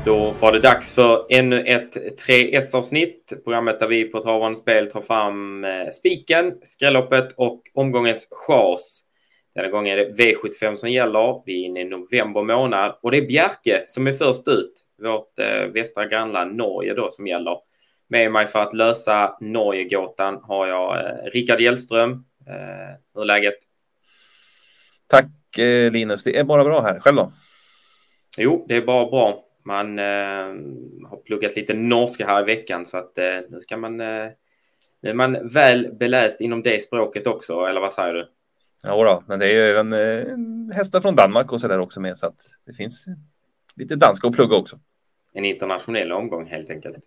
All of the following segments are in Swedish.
Då var det dags för ännu ett 3S-avsnitt. Programmet där vi på Travande Spel tar fram spiken, skrälloppet och omgångens chas. Denna gång är det V75 som gäller. Vi är inne i november månad och det är Bjerke som är först ut. Vårt västra grannland Norge då som gäller. Med mig för att lösa Norge-gåtan har jag Rickard Hjellström. Hur är läget? Tack Linus, det är bara bra här. Själv då? Jo, det är bara bra. Man har pluggat lite norska här i veckan så att nu är man väl beläst inom det språket också, eller vad säger du? Ja då, men det är ju även hästar från Danmark och sådär också med, så att det finns lite danska att plugga också. En internationell omgång helt enkelt.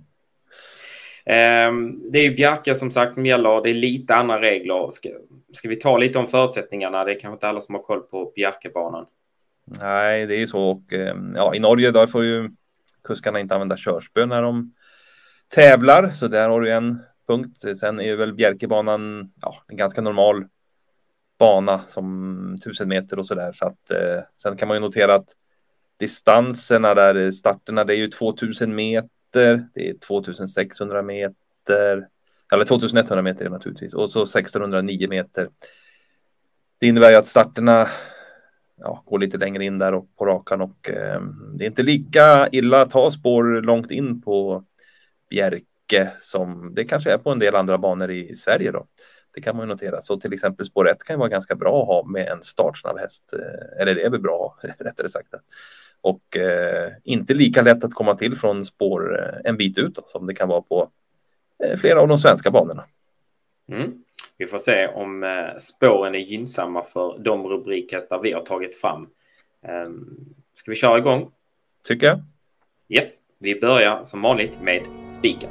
Det är ju Bjerke som sagt som gäller, det är lite andra regler. Ska vi ta lite om förutsättningarna? Det är kanske inte alla som har koll på Bjerkebanan. Nej, det är ju så, och i Norge där får ju kuskarna inte använda körspö när de tävlar, så där har du en punkt. Sen är väl Bjerkebanan en ganska normal bana som 1000 meter och sådär, så att sen kan man ju notera att distanserna där, starterna, det är ju 2000 meter, det är 2600 meter, eller 2100 meter naturligtvis, och så 1609 meter. Det innebär ju att starterna går lite längre in där och på rakan, och det är inte lika illa att ta spår långt in på Bjerke som det kanske är på en del andra banor i Sverige då. Det kan man ju notera. Så till exempel spår 1 kan ju vara ganska bra att ha med en startsnabb häst, eller det är väl bra rättare sagt. Och inte lika lätt att komma till från spår en bit ut då, som det kan vara på flera av de svenska banorna. Vi får se om spåren är gynnsamma för de rubrikhästar vi har tagit fram. Ska vi köra igång? Tycker jag. Yes, vi börjar som vanligt med spiken.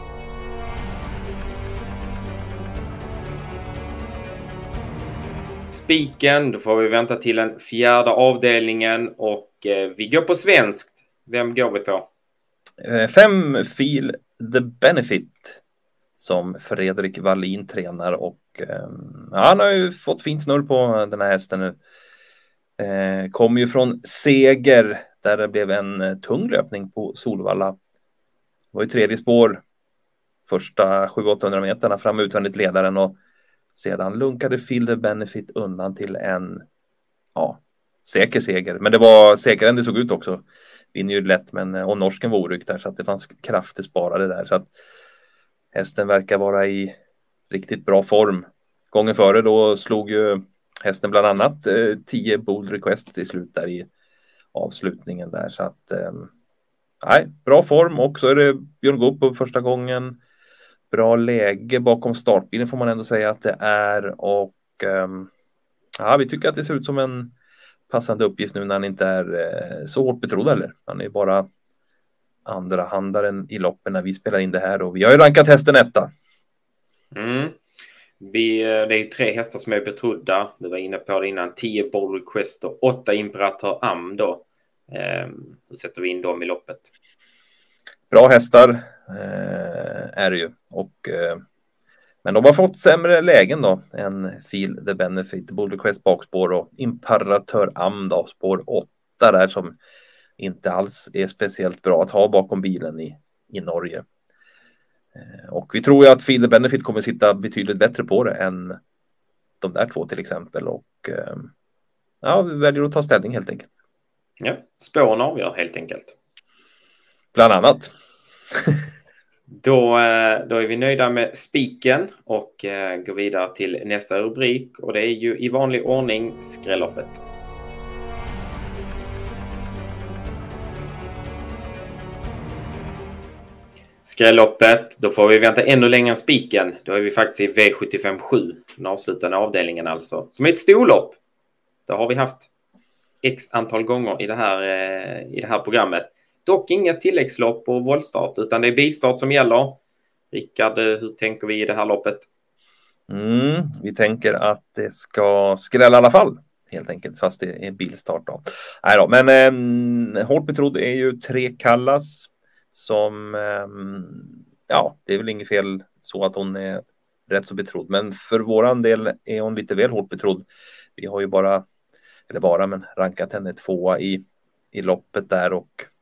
Spiken, då får vi vänta till den fjärde avdelningen och vi går på svenskt. Vem går vi på? 5 Feel the Benefit som Fredrik Wallin tränar, och han har ju fått fin snurr på den här hästen nu. Kom ju från seger där det blev en tung löpning på Solvalla. Det var ju tredje spår första 700-800 meterna fram utvändigt ledaren, och sedan lunkade Feel the Benefit undan till en säker seger. Men det var säkrare än det såg ut också. Vinner ju lätt, och norsken var oryckt där, så att det fanns krafter sparade där. Så att hästen verkar vara i riktigt bra form. Gången före då slog ju hästen bland annat 10 Bold Request i slut där i avslutningen där. Så att bra form, och så är det Björn Goop på första gången. Bra läge bakom startbilen får man ändå säga att det är, och vi tycker att det ser ut som en passande uppgift nu när han inte är så hårt betrodd heller. Han är bara andra handaren i loppen när vi spelar in det här, och vi har ju rankat hästen etta. Det är ju 3 hästar som är betrodda. Du var inne på det innan. 10 Bold Request och 8 Imperator Am då. Hur sätter vi in dem i loppet? Bra hästar är det ju, och men de har fått sämre lägen då än Feel the Benefit, Bold Request bakspår och Imperator Am då, spår 8 där, som inte alls är speciellt bra att ha bakom bilen i Norge. Och vi tror ju att Feel the Benefit kommer sitta betydligt bättre på det än de där 2 till exempel, och vi väljer att ta ställning helt enkelt. Ja, spåren avgör helt enkelt. Bland annat. Då är vi nöjda med spiken och går vidare till nästa rubrik, och det är ju i vanlig ordning skrälloppet. Skrälloppet, då får vi vänta ännu längre än spiken. Då är vi faktiskt i V75-7, den avslutande avdelningen alltså. Som är ett storlopp. Det har vi haft x antal gånger i det här programmet. Dock inget tilläggslopp och våldstart, utan det är bilstart som gäller. Rickard, hur tänker vi i det här loppet? Vi tänker att det ska skrälla i alla fall, helt enkelt, fast det är bilstart då. Nej då, men hårt betrodd är ju 3 Kallas som, det är väl inget fel så att hon är rätt så betrodd, men för våran del är hon lite väl hårt betrodd. Vi har ju rankat henne 2 i loppet där, och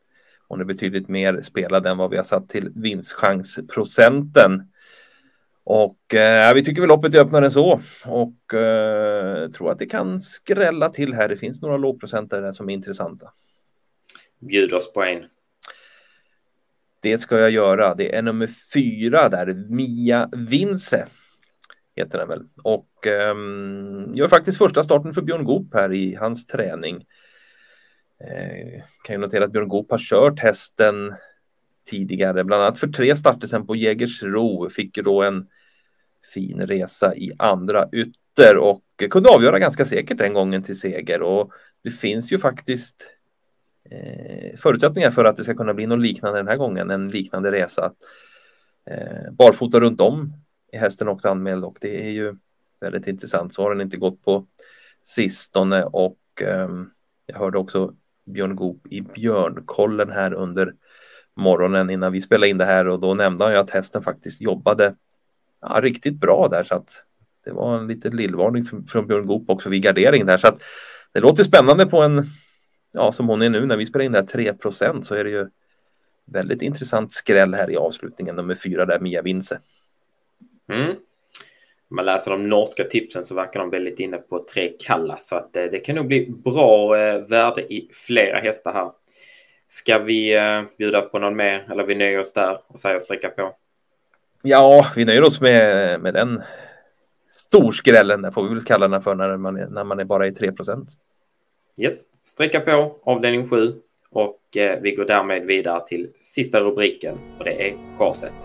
Hon är betydligt mer spelad än vad vi har satt till vinstchansprocenten. Och vi tycker väl loppet är öppnare än så. Och tror att det kan skrälla till här. Det finns några lågprocentare där som är intressanta. Bjud oss på en. Det ska jag göra. Det är nummer 4 där. Mia Vince heter den väl. Och gör faktiskt första starten för Björn Goop här i hans träning. Kan ju notera att Björn Goop har kört hästen tidigare. Bland annat för 3 starter sen på Jägersro. Fick ju då en fin resa i andra ytter. Och kunde avgöra ganska säkert den gången till seger. Och det finns ju faktiskt förutsättningar för att det ska kunna bli något liknande den här gången, en liknande resa. Barfota runt om är hästen också anmäld och det är ju väldigt intressant. Så har den inte gått på sistone och jag hörde också Björn Goop i Björnkollen här under morgonen innan vi spelade in det här och då nämnde han ju att hästen faktiskt jobbade riktigt bra där så att det var en liten lillvarning från Björn Goop också vid gardering där så att det låter spännande på en som hon är nu när vi spelar in det här 3% så är det ju väldigt intressant skräll här i avslutningen nummer 4 där Mia Vince. Om man läser de norska tipsen så verkar de väldigt inne på 3 kalla så att det kan nog bli bra värde i flera hästar här. Ska vi bjuda på någon mer eller vi nöjer oss där och säger sträcka på? Ja, vi nöjer oss med den storskrällen där får vi väl kalla den för när man är bara i 3%. Yes, sträcka på avdelning 7 och vi går därmed vidare till sista rubriken och det är chaset.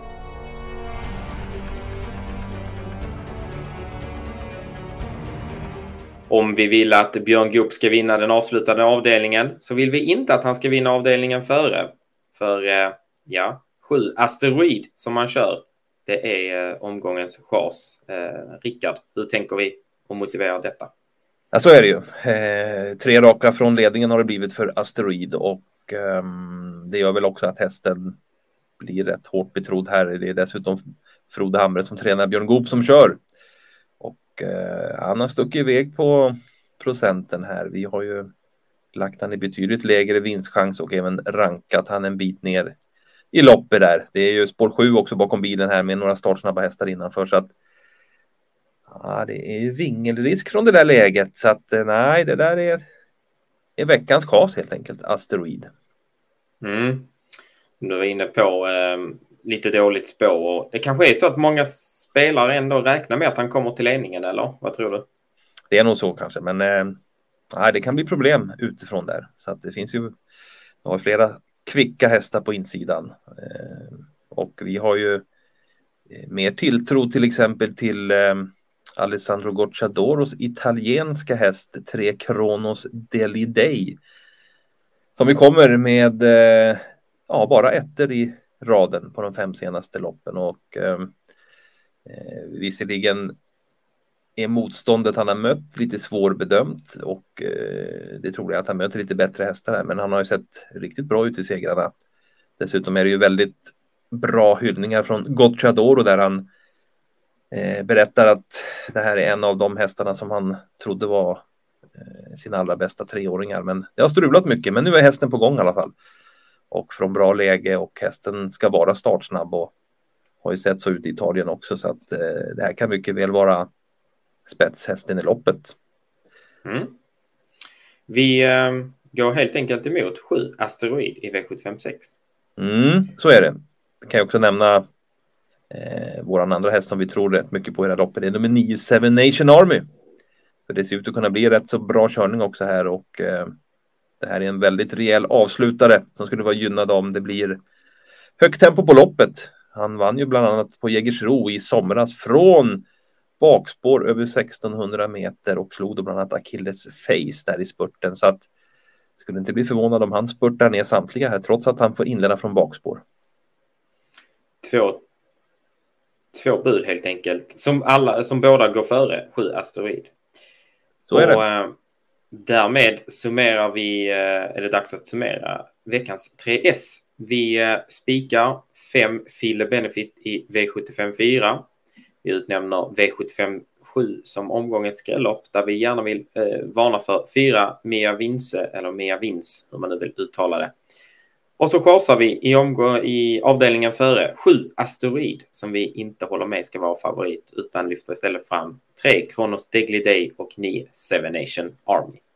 Om vi vill att Björn Goop ska vinna den avslutande avdelningen så vill vi inte att han ska vinna avdelningen före. För 7 Asteroid som man kör, det är omgångens chas. Rickard, hur tänker vi och motiverar detta? Ja, så är det ju. 3 raka från ledningen har det blivit för Asteroid och det gör väl också att hästen blir rätt hårt betrodd här. Det är dessutom Frode Hamre som tränar Björn Goop som kör. Och han har stuckit iväg på procenten här. Vi har ju lagt han i betydligt lägre vinstchans och även rankat han en bit ner i loppet där. Det är ju spår 7 också bakom bilen här med några startsnabba hästar innanför så att det är ju vingelrisk från det där läget så att nej, det där är veckans chas helt enkelt, Asteroid. Du var inne på lite dåligt spår och det kanske är så att många spelare ändå räknar med att han kommer till ledningen eller vad tror du? Det är nog så kanske men det kan bli problem utifrån där så att det finns ju flera kvicka hästar på insidan och vi har ju mer tilltro till exempel till Alessandro Gocciadoros italienska häst 3 Kronos Delidei som vi kommer med bara ettor i raden på de 5 senaste loppen och visserligen är motståndet han har mött lite svårbedömt och det tror jag att han möter lite bättre hästar här men han har ju sett riktigt bra ut i segrarna. Dessutom är det ju väldigt bra hyllningar från Gocciadoro där han berättar att det här är en av de hästarna som han trodde var sina allra bästa 3-åringar men det har strulat mycket men nu är hästen på gång i alla fall och från bra läge och hästen ska vara startsnabb och har ju sett så ut i Italien också så att det här kan mycket väl vara spetshästen i loppet. Vi går helt enkelt emot 7 Asteroid i V756. Så är det. Jag kan jag också nämna våran andra häst som vi tror rätt mycket på i det här loppet. Det är nummer 9 Seven Nation Army. För det ser ut att kunna bli rätt så bra körning också här och det här är en väldigt rejäl avslutare som skulle vara gynnad om det blir högt tempo på loppet. Han vann ju bland annat på Jägersro i somras från bakspår över 1600 meter och slog då bland annat Achilles Face där i spurten så att skulle inte bli förvånad om han spurtar ner samtliga här trots att han får inleda från bakspår. Två bud helt enkelt som båda går före 7 Asteroid. Så är det. Därmed summerar vi, är det dags att summera veckans 3S. Vi spikar 5 Feel the Benefit i V75-4. Vi utnämner V75-7 som omgångens skrällopp där vi gärna vill varna för 4 Mia Vince eller Mia Vince hur man nu vill uttala det. Och så chansar vi i avdelningen före 7 Asteroid som vi inte håller med ska vara favorit utan lyfter istället fram 3 Kronos Deadly Day och 9 Seven Nation Army.